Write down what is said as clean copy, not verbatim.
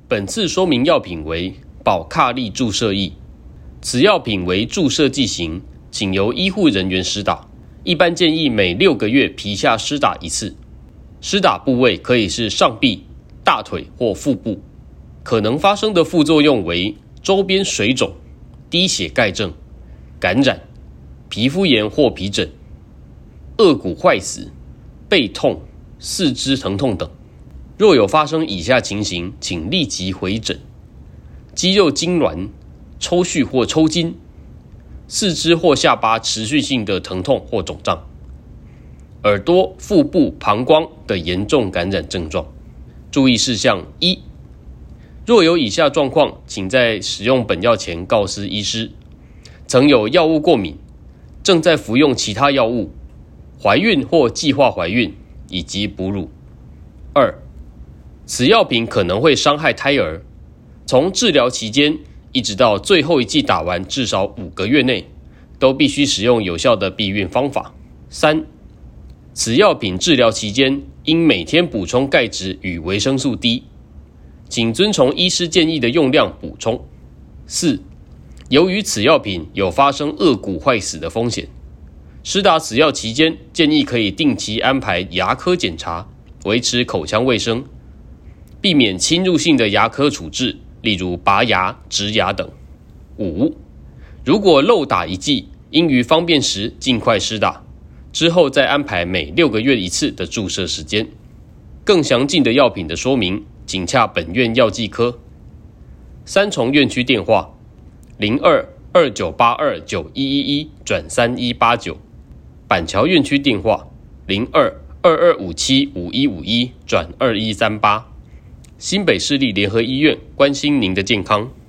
本次说明药品为保卡利注射液，此药品为注射剂型，仅由医护人员施打，一般建议每6个月皮下施打一次。施打部位可以是上臂、大腿或腹部，可能发生的副作用为周边水肿、低血钙症、感染、皮肤炎或皮疹、颚骨坏死、背痛、四肢疼痛等。若有发生以下情形，请立即回诊：肌肉痉挛、抽搐或抽筋，四肢或下巴持续性的疼痛或肿胀，耳朵、腹部、膀胱的严重感染症状。注意事项：1. 若有以下状况，请在使用本药前告知医师：曾有药物过敏，正在服用其他药物，怀孕或计划怀孕，以及哺乳。2. 此药品可能会伤害胎儿，从治疗期间一直到最后一剂打完至少5个月内，都必须使用有效的避孕方法。3. 此药品治疗期间应每天补充钙质与维生素 D， 请遵从医师建议的用量补充。4. 由于此药品有发生颚骨坏死的风险，施打此药期间建议可以定期安排牙科检查，维持口腔卫生，避免侵入性的牙科处置，例如拔牙、植牙等。5. 如果漏打一剂，应于方便时尽快施打，之后再安排每6个月1次的注射时间。更详尽的药品的说明，请洽本院药剂科。三重院区电话02-2982-9111-3189，板桥院区电话02-2257-5151-2138。新北市立联合医院关心您的健康。